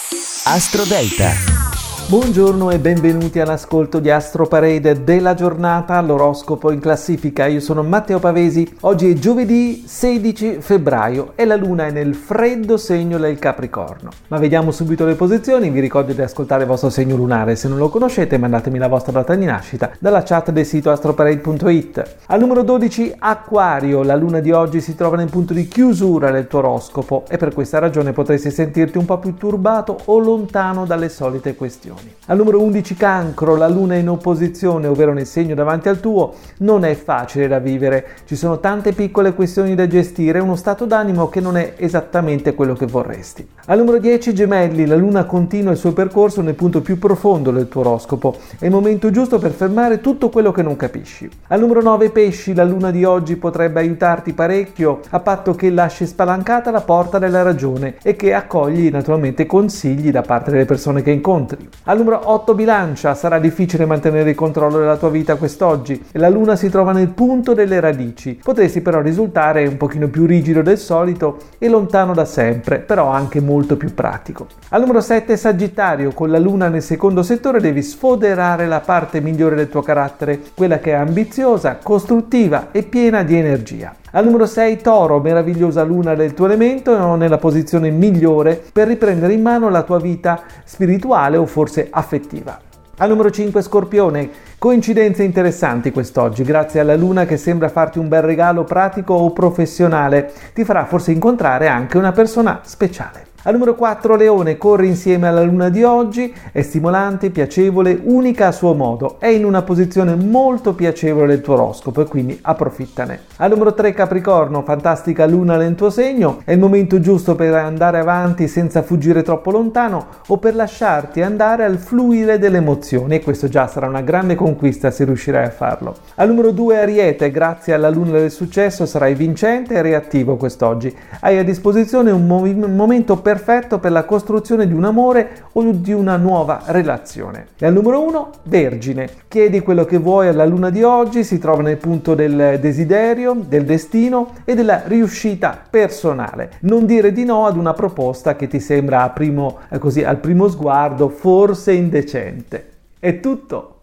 Astrodelta. Buongiorno e benvenuti all'ascolto di Astroparade della giornata, l'oroscopo in classifica. Io sono Matteo Pavesi, oggi è giovedì 16 febbraio e la luna è nel freddo segno del Capricorno. Ma vediamo subito le posizioni, vi ricordo di ascoltare il vostro segno lunare, se non lo conoscete mandatemi la vostra data di nascita dalla chat del sito astroparade.it. Al numero 12 Acquario, la luna di oggi si trova nel punto di chiusura del tuo oroscopo e per questa ragione potresti sentirti un po' più turbato o lontano dalle solite questioni. Al numero 11 Cancro, la luna è in opposizione, ovvero nel segno davanti al tuo, non è facile da vivere, ci sono tante piccole questioni da gestire, uno stato d'animo che non è esattamente quello che vorresti. Al numero 10 Gemelli, la luna continua il suo percorso nel punto più profondo del tuo oroscopo, è il momento giusto per fermare tutto quello che non capisci. Al numero 9 Pesci, la luna di oggi potrebbe aiutarti parecchio, a patto che lasci spalancata la porta della ragione e che accogli naturalmente consigli da parte delle persone che incontri. Al numero 8 Bilancia, sarà difficile mantenere il controllo della tua vita quest'oggi e la luna si trova nel punto delle radici. Potresti però risultare un pochino più rigido del solito e lontano da sempre, però anche molto più pratico. Al numero 7 Sagittario, con la luna nel secondo settore devi sfoderare la parte migliore del tuo carattere, quella che è ambiziosa, costruttiva e piena di energia. Al numero 6 Toro, meravigliosa luna del tuo elemento, nella posizione migliore per riprendere in mano la tua vita spirituale o forse affettiva. Al numero 5 Scorpione, coincidenze interessanti quest'oggi, grazie alla luna che sembra farti un bel regalo pratico o professionale, ti farà forse incontrare anche una persona speciale. Al numero 4 Leone, corri insieme alla luna di oggi, è stimolante, piacevole, unica a suo modo, è in una posizione molto piacevole del tuo oroscopo e quindi approfittane. Al numero 3 Capricorno, fantastica luna nel tuo segno, è il momento giusto per andare avanti senza fuggire troppo lontano o per lasciarti andare al fluire delle emozioni e questo già sarà una grande conquista se riuscirai a farlo. Al numero 2 Ariete, grazie alla luna del successo sarai vincente e reattivo quest'oggi, hai a disposizione un momento perfetto per la costruzione di un amore o di una nuova relazione. E al numero 1 Vergine, chiedi quello che vuoi alla luna di oggi, si trova nel punto del desiderio, del destino e della riuscita personale. Non dire di no ad una proposta che ti sembra al primo sguardo forse indecente. È tutto.